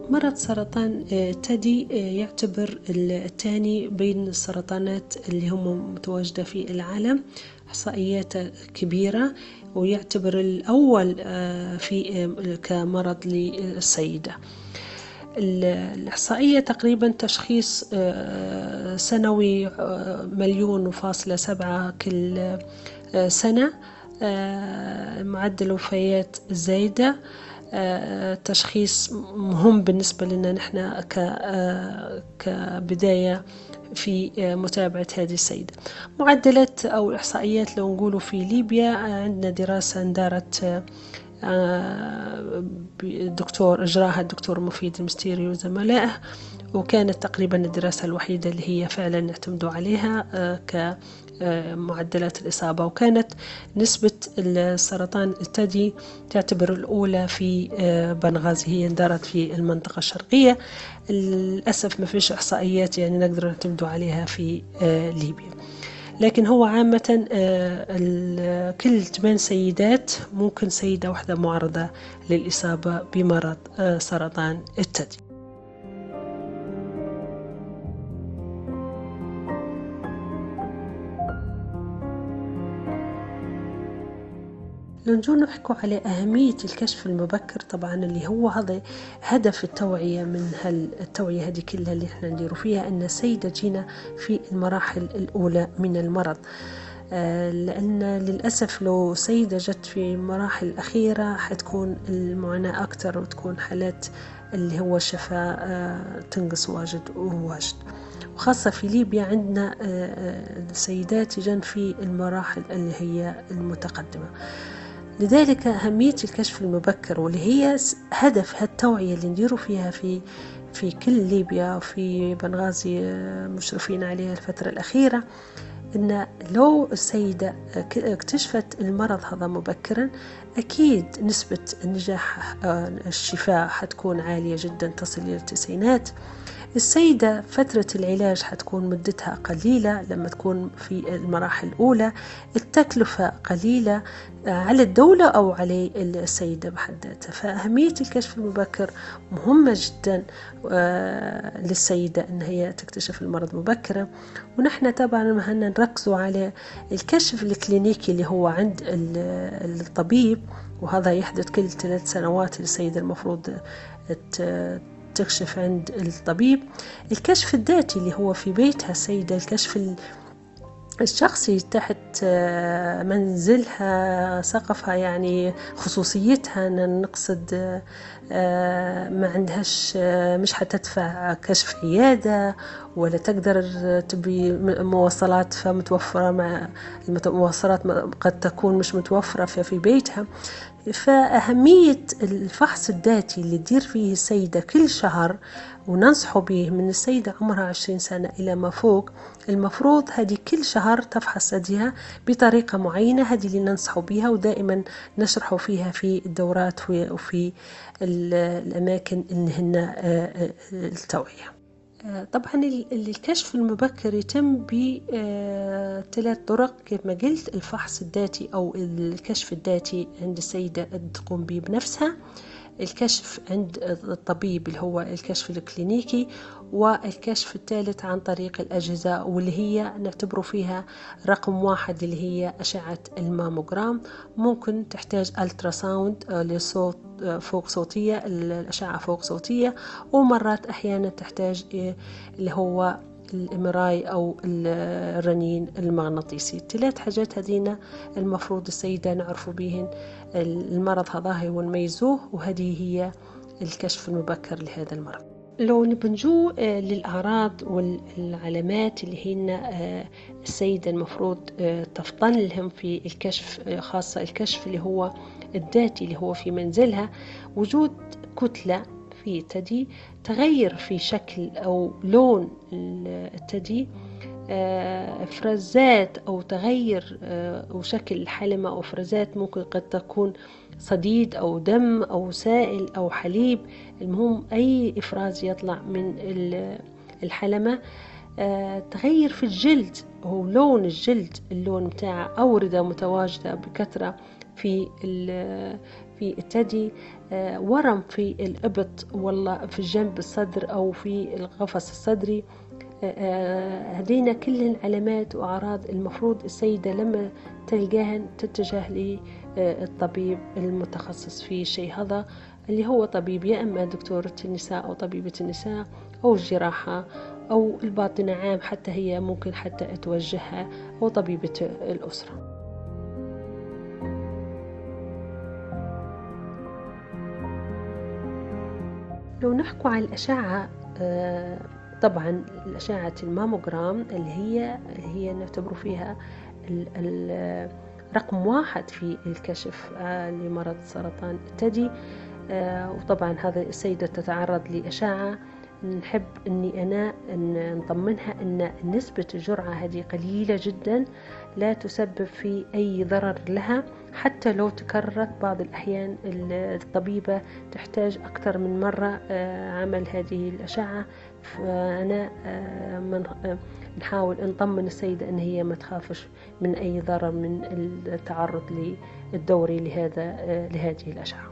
مرض سرطان الثدي يعتبر الثاني بين السرطانات اللي هم متواجدة في العالم، إحصائيات كبيرة، ويعتبر الأول كمرض للسيدة. الإحصائية تقريبا تشخيص سنوي 1,700,000 كل سنة، معدل وفيات زايدة، تشخيص مهم بالنسبة لنا نحن كبداية في متابعة هذه السيدة. معدلات أو إحصائيات لو نقولوا في ليبيا، عندنا دراسة دارت أجراها الدكتور مفيد المستيري وزملائه، وكانت تقريبا الدراسة الوحيدة اللي هي فعلا نعتمدوا عليها كمعدلات الإصابة، وكانت نسبة السرطان الثدي تعتبر الأولى في بنغازي، هي اندارت في المنطقة الشرقية. للأسف ما فيش إحصائيات يعني نقدر نعتمدوا عليها في ليبيا، لكن هو عامة كل 8 سيدات ممكن سيدة واحدة معرضة للإصابة بمرض سرطان الثدي. لو نجو نحكوا على أهمية الكشف المبكر، طبعا اللي هو هذا هدف التوعية من التوعية هذه كلها اللي احنا نديروا فيها، أن السيدة جينا في المراحل الأولى من المرض، لأن للأسف لو سيدة جت في مراحل أخيرة حتكون المعاناة أكتر، وتكون حالات اللي هو الشفاء تنقص واجد وواجد، وخاصة في ليبيا عندنا السيدات يجن في المراحل اللي هي المتقدمة. لذلك أهمية الكشف المبكر، واللي هي هدف هالتوعية اللي نديروا فيها في كل ليبيا وفي بنغازي مشرفين عليها الفترة الأخيرة، إن لو السيدة اكتشفت المرض هذا مبكرا أكيد نسبة النجاح الشفاء حتكون عالية جدا، تصل إلى 90%. السيدة فترة العلاج حتكون مدتها قليلة لما تكون في المراحل الأولى، التكلفة قليلة على الدولة أو على السيدة بحد ذاتها. فأهمية الكشف المبكر مهمة جدا للسيدة أن هي تكتشف المرض مبكرا. ونحن طبعا مهنا نركزوا على الكشف الكلينيكي اللي هو عند الطبيب، وهذا يحدث كل 3 سنوات. السيدة المفروض تكشف عند الطبيب. الكشف الذاتي اللي هو في بيتها السيدة، الكشف الشخصي تحت منزلها، سقفها، يعني خصوصيتها، نقصد ما عندهاش، مش حتدفع كشف عيادة ولا تقدر تبي مواصلات فمتوفرة، مع المواصلات قد تكون مش متوفرة في بيتها. فأهمية الفحص الذاتي اللي تدير فيه السيدة كل شهر، وننصح به من السيدة عمرها 20 سنة إلى ما فوق، المفروض هذه كل شهر تفحص ثديها بطريقة معينة. هذه اللي ننصح بها ودائما نشرح فيها في الدورات وفي الأماكن اللي هن التوعية. طبعا الكشف المبكر يتم ب3 طرق كيف ما قلت: الفحص الذاتي أو الكشف الذاتي عند السيدة تقوم به بنفسها، الكشف عند الطبيب اللي هو الكشف الكلينيكي، والكشف الثالث عن طريق الأجهزة واللي هي نعتبر فيها رقم 1 اللي هي أشعة الماموغرام. ممكن تحتاج ألتراساوند لصوت فوق صوتية، الأشعة فوق صوتية، ومرات أحيانا تحتاج اللي هو الإمراي أو الرنين المغناطيسي. 3 حاجات هذين المفروض السيدة نعرفوا بهن المرض هذا ونميزوه، وهذه هي الكشف المبكر لهذا المرض. لو نبنجو للأعراض والعلامات اللي هن السيدة المفروض تفطن لهم في الكشف، خاصة الكشف اللي هو الذاتي اللي هو في منزلها: وجود كتلة في الثدي، تغير في شكل أو لون الثدي، افرازات او تغير وشكل الحلمة او افرازات، ممكن قد تكون صديد او دم او سائل او حليب، المهم اي افراز يطلع من الحلمة. تغير في الجلد او لون الجلد، اللون بتاع أوردة متواجدة بكثرة في الثدي، ورم في الإبط والله في الجنب الصدر أو في القفص الصدري. هدينا كل العلامات وأعراض المفروض السيدة لما تلقاها تتجه للطبيب المتخصص في الشيء هذا، اللي هو طبيب يا أما دكتورة النساء أو طبيبة النساء أو الجراحة أو الباطنة عام، حتى هي ممكن حتى توجهها، أو طبيبة الأسرة. لو نحكوا عن الأشعة، طبعا الأشعة الماموغرام اللي هي نعتبر فيها رقم 1 في الكشف لمرض سرطان الثدي. وطبعا هذه السيدة تتعرض لأشعة، نحب أني أنا نطمنها أن نسبة الجرعة هذه قليلة جدا، لا تسبب في أي ضرر لها. حتى لو تكررت بعض الأحيان الطبيبة تحتاج أكثر من مرة عمل هذه الأشعة، فأنا نحاول نطمن السيدة أن هي ما تخافش من أي ضرر من التعرض للدوري لهذه الأشعة.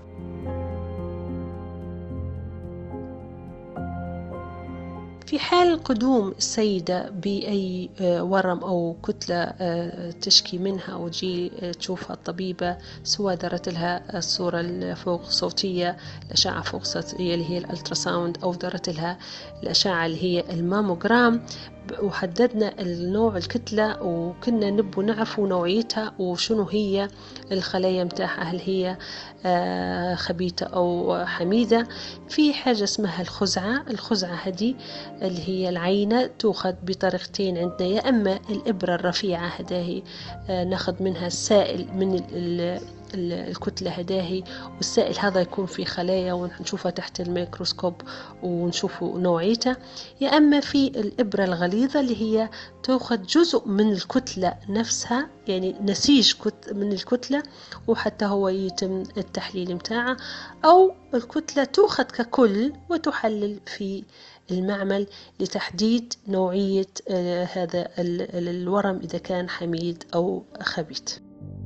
في حال قدوم السيدة بأي ورم أو كتلة تشكي منها أو تجي تشوفها الطبيبة، سواء درت لها الصورة الفوق صوتية، الأشعة فوق صوتية اللي هي الألتراساوند، أو درت لها الأشعة اللي هي الماموغرام، وحددنا النوع الكتلة وكنا نبو نعرفوا نوعيتها وشنو هي الخلايا متاعها، هل هي خبيثة أو حميدة. في حاجة اسمها الخزعة هذه اللي هي العينة تأخذ بطريقتين عندنا، يا أما الإبرة الرفيعة هذه ناخذ منها السائل من الكتلة هذه، والسائل هذا يكون في خلايا ونشوفها تحت الميكروسكوب ونشوف نوعيتها، يا أما في الإبرة الغليظة اللي هي تأخذ جزء من الكتلة نفسها، يعني نسيج من الكتلة وحتى هو يتم التحليل متاعها، أو الكتلة تأخذ ككل وتحلل في المعمل لتحديد نوعية هذا الورم إذا كان حميد أو خبيث.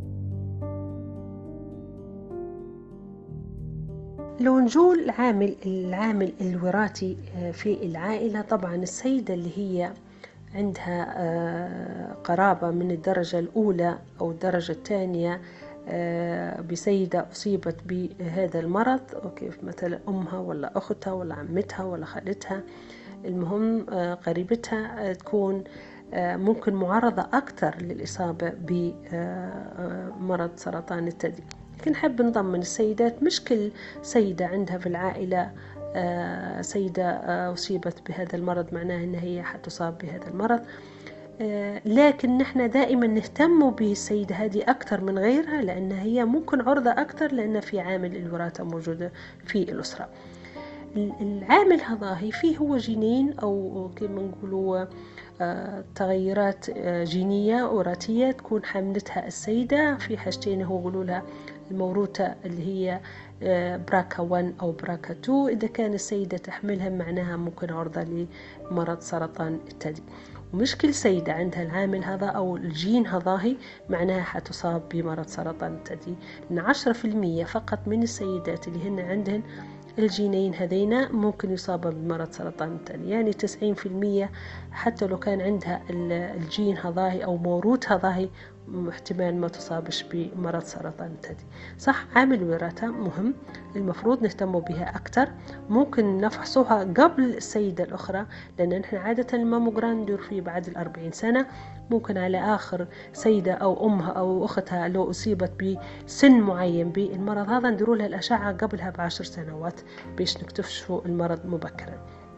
لو نجول العامل الوراثي في العائلة، طبعا السيدة اللي هي عندها قرابة من الدرجة الأولى أو الدرجة الثانية بسيدة أصيبت بهذا المرض، وكيف مثلا أمها ولا أختها ولا عمتها ولا خالتها، المهم قريبتها تكون ممكن معرضة أكثر للإصابة بمرض سرطان الثدي. لكن نحب نطمن السيدات، مش كل سيدة عندها في العائلة سيدة أصيبت بهذا المرض معناه أن هي حتصاب بهذا المرض، لكن نحن دائما نهتم بالسيدة هذه أكثر من غيرها، لأن هي ممكن عرضة أكثر، لأن في عامل الوراثة موجودة في الأسرة. العامل هذا فيه هو جينين أو كما نقولوا تغيرات جينية وراثية تكون حملتها السيدة في حاجتين، هو يقولوا لها الموروثة اللي هي براكا 1 أو براكا 2، إذا كان السيدة تحملها معناها ممكن عرضة لمرض سرطان الثدي. ومش كل سيدة عندها العامل هذا أو الجين هذا معناها حتصاب بمرض سرطان الثدي، لأن 10% فقط من السيدات اللي هن عندهن الجينين هذينا ممكن يصابوا بمرض سرطان الثدي، يعني 90% حتى لو كان عندها الجين هذا أو موروث هذا احتمال ما تصابش بمرض سرطان الثدي. صح، عامل الوراثة مهم، المفروض نهتم بها أكثر، ممكن نفحصها قبل السيدة الأخرى، لأن نحن عادة الماموغرام ندير فيه بعد 40 سنة، ممكن على آخر سيدة أو أمها أو أختها لو أصيبت بسن معين بالمرض هذا نديروا لها الأشعة قبلها ب10 سنوات باش نكتشفوا المرض مبكرا.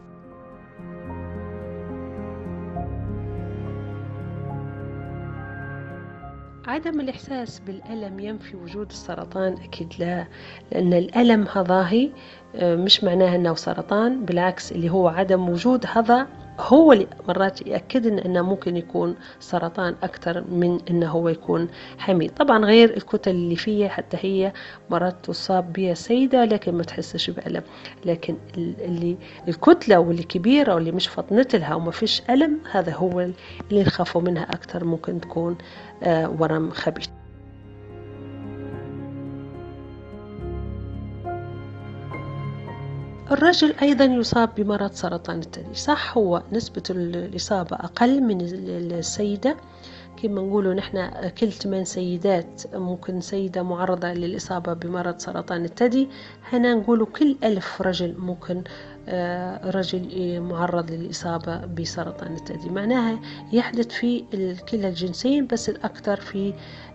عدم الإحساس بالألم ينفي وجود السرطان؟ أكيد لا، لأن الألم هذا مش معناه أنه سرطان، بالعكس اللي هو عدم وجود هذا هو اللي مرات يأكد أنه ممكن يكون سرطان أكثر من أنه هو يكون حميد. طبعا غير الكتل اللي فيها حتى هي مرات تصاب بها السيدة لكن ما تحسش بألم، لكن اللي الكتلة واللي كبيرة واللي مش فطنت لها وما فيش ألم، هذا هو اللي نخافوا منها أكثر، ممكن تكون ورم خبيث. الرجل أيضا يصاب بمرض سرطان الثدي، صح هو نسبة الإصابة أقل من السيدة. كما نقولوا نحن كل 8 سيدات ممكن سيدة معرضة للإصابة بمرض سرطان الثدي، هنا نقولوا كل 1000 رجل ممكن رجل معرض للإصابة بسرطان الثدي. معناها يحدث في كلا الجنسين، بس الأكثر في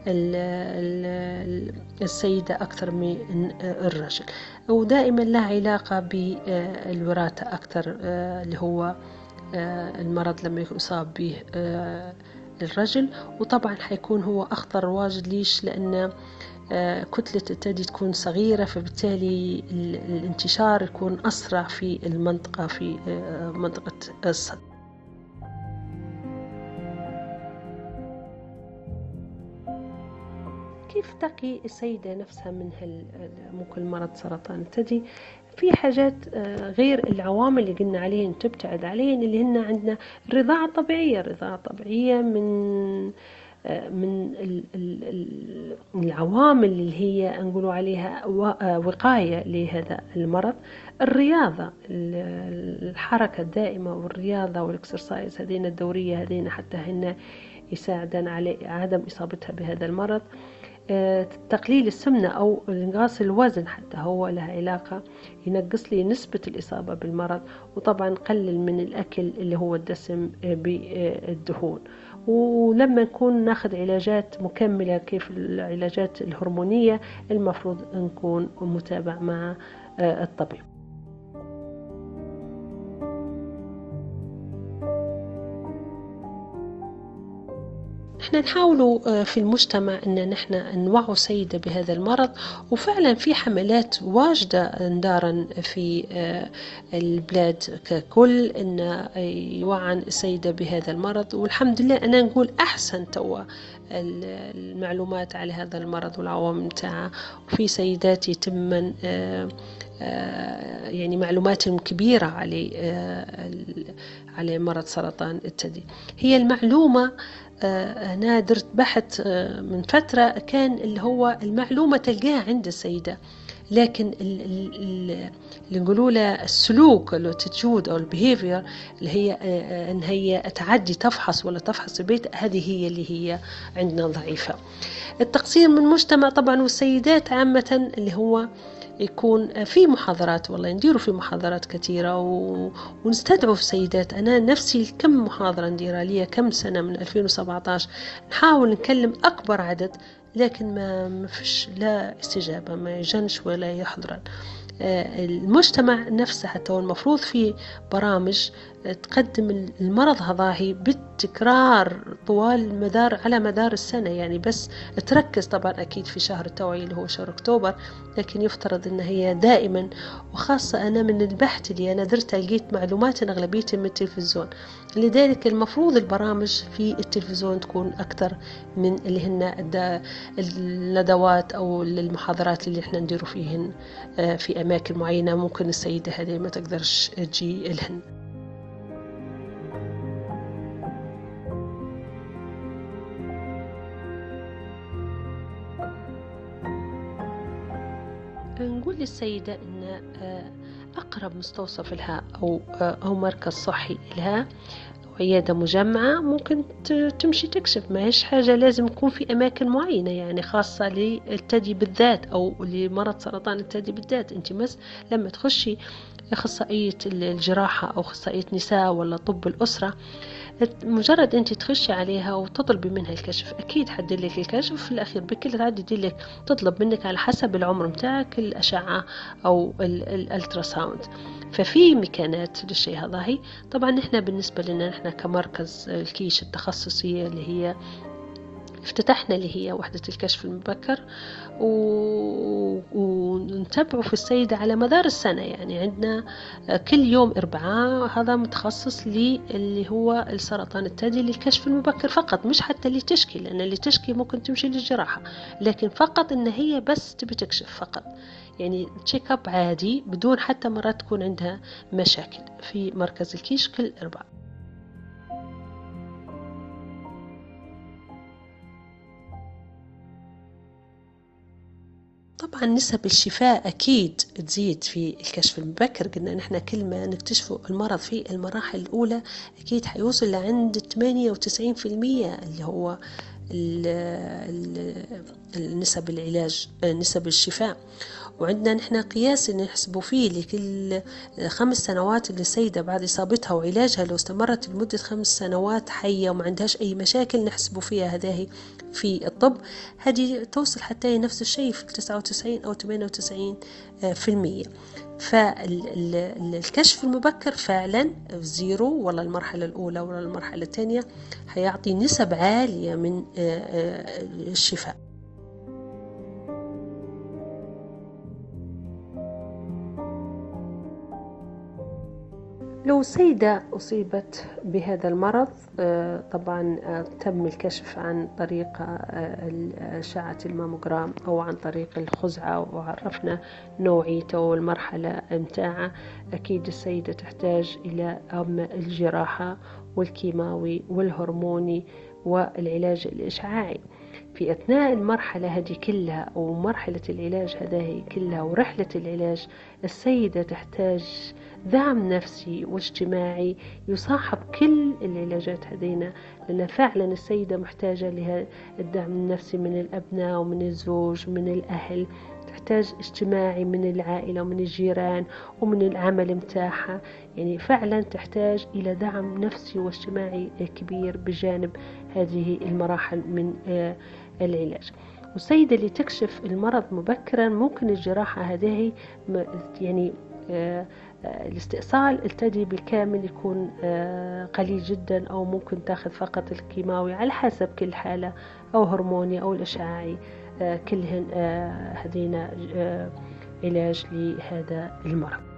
السيدة أكثر من الرجل، ودائما له علاقة بالوراثة أكثر، اللي هو المرض لما يصاب به الرجل. وطبعا حيكون هو أخطر واجد، ليش؟ لأن كتلة الثدي تكون صغيرة، فبالتالي الانتشار يكون أسرع في المنطقة، في منطقة الصدر. كيف تقي السيدة نفسها من ممكن مرض سرطان الثدي؟ في حاجات غير العوامل اللي قلنا عليهن تبتعد عليهن، اللي هن عندنا الرضاعة الطبيعية. الرضاعة الطبيعية من العوامل اللي هي نقولوا عليها وقاية لهذا المرض. الرياضة، الحركة الدائمة والرياضة والاكسرسايز هذين الدورية هذين حتى هن يساعدن على عدم إصابتها بهذا المرض. تقليل السمنة أو إنقاص الوزن حتى هو له علاقة، ينقص لي نسبة الإصابة بالمرض. وطبعا قلل من الأكل اللي هو الدسم بالدهون. ولما نكون ناخذ علاجات مكملة كيف العلاجات الهرمونية، المفروض نكون متابع مع الطبيب. احنا نحاولوا في المجتمع ان نحن نوعوا سيدة بهذا المرض، وفعلا في حملات واجدة ندارا في البلاد ككل ان يوعى السيدة بهذا المرض. والحمد لله انا نقول احسن توا المعلومات على هذا المرض والعوامل متاعه، وفي سيدات يتم يعني معلومات كبيرة على مرض سرطان الثدي. هي المعلومة أنا درت بحث من فترة، كان اللي هو المعلومة تلقاها عند السيدة، لكن اللي نقولوا له السلوك الاتيتيود أو البيهيفير اللي هي أن هي تعدي تفحص ولا تفحص البيت، هذه هي اللي هي عندنا ضعيفة. التقصير من المجتمع طبعا والسيدات عامة، اللي هو يكون في محاضرات، والله نديروا في محاضرات كثيرة ونستدعوا في سيدات. أنا نفسي كم محاضرة نديرها لي كم سنة من 2017 نحاول نكلم أكبر عدد، لكن ما فيش لا استجابة، ما يجنش ولا يحضرن. المجتمع نفسه حتى هو المفروض في برامج تقدم المرض هذاهي بالتكرار طوال على مدار السنة، يعني بس تركز طبعا أكيد في شهر التوعية اللي هو شهر أكتوبر، لكن يفترض أن هي دائما. وخاصة أنا من البحث اللي أنا درته لقيت معلومات أغلبيتها من التلفزيون، لذلك المفروض البرامج في التلفزيون تكون أكثر من اللي هن الندوات أو المحاضرات اللي احنا نديروا فيهن في أماكن معينة ممكن السيدة هذه ما تقدرش تجي لهن. نقول للسيدة أن أقرب مستوصف لها أو مركز صحي لها أو عيادة مجمعة ممكن تمشي تكشف. ما هيش حاجة لازم يكون في أماكن معينة، يعني خاصة للثدي بالذات أو لمرض سرطان الثدي بالذات. أنت لما تخشي أخصائية الجراحة أو أخصائية نساء ولا طب الأسرة، مجرد أنت تخشي عليها وتطلبي منها الكشف، أكيد حدد لك الكشف في الأخير بكل تعدي لك تطلب منك على حسب العمر متاعك الأشعة أو الألتراساوند. ففي مكانات للشيء هذا. هي طبعا نحن بالنسبة لنا نحن كمركز الكيش التخصصية اللي هي افتتحنا اللي هي وحدة الكشف المبكر، ونتابعه في السيدة على مدار السنة. يعني عندنا كل يوم 4 هذا متخصص اللي هو السرطان الثدي للكشف المبكر فقط، مش حتى اللي تشكي، لأن اللي تشكي ممكن تمشي للجراحة، لكن فقط إن هي بس تبي تكشف فقط، يعني تشيك اب عادي بدون حتى مرات تكون عندها مشاكل في مركز الكيش كل 4. طبعا نسب الشفاء أكيد تزيد في الكشف المبكر. قلنا نحن كل ما نكتشف المرض في المراحل الأولى أكيد حيوصل لعند 98% اللي هو نسب العلاج، نسب الشفاء. وعندنا نحن قياس نحسبه فيه لكل 5 سنوات اللي السيدة بعد إصابتها وعلاجها لو استمرت لمدة 5 سنوات حية وما عندهاش أي مشاكل نحسبه فيها هذه في الطب، هذه توصل حتى نفس الشيء في 99 أو 98%. فالكشف المبكر فعلا زيرو ولا المرحلة الأولى ولا المرحلة الثانية هيعطي نسب عالية من الشفاء. لو سيدة أصيبت بهذا المرض طبعا تم الكشف عن طريق أشعة الماموغرام أو عن طريق الخزعة وعرفنا نوعيته والمرحلة متاعه، أكيد السيدة تحتاج إلى الجراحة والكيماوي والهرموني والعلاج الإشعاعي. في أثناء المرحلة هذه كلها أو مرحلة العلاج هذه كلها ورحلة العلاج السيدة تحتاج دعم نفسي واجتماعي يصاحب كل العلاجات هذينا، لأن فعلا السيدة محتاجة لها الدعم النفسي من الأبناء ومن الزوج ومن الأهل، تحتاج اجتماعي من العائلة ومن الجيران ومن العمل متاعها، يعني فعلا تحتاج إلى دعم نفسي واجتماعي كبير بجانب هذه المراحل من العلاج. والسيدة اللي تكشف المرض مبكرا ممكن الجراحة هذه يعني الاستئصال الثدي بالكامل يكون قليل جدا، أو ممكن تاخذ فقط الكيماوي على حسب كل حالة، أو هرموني أو الإشعاعي، كلهن هذين علاج لهذا المرض.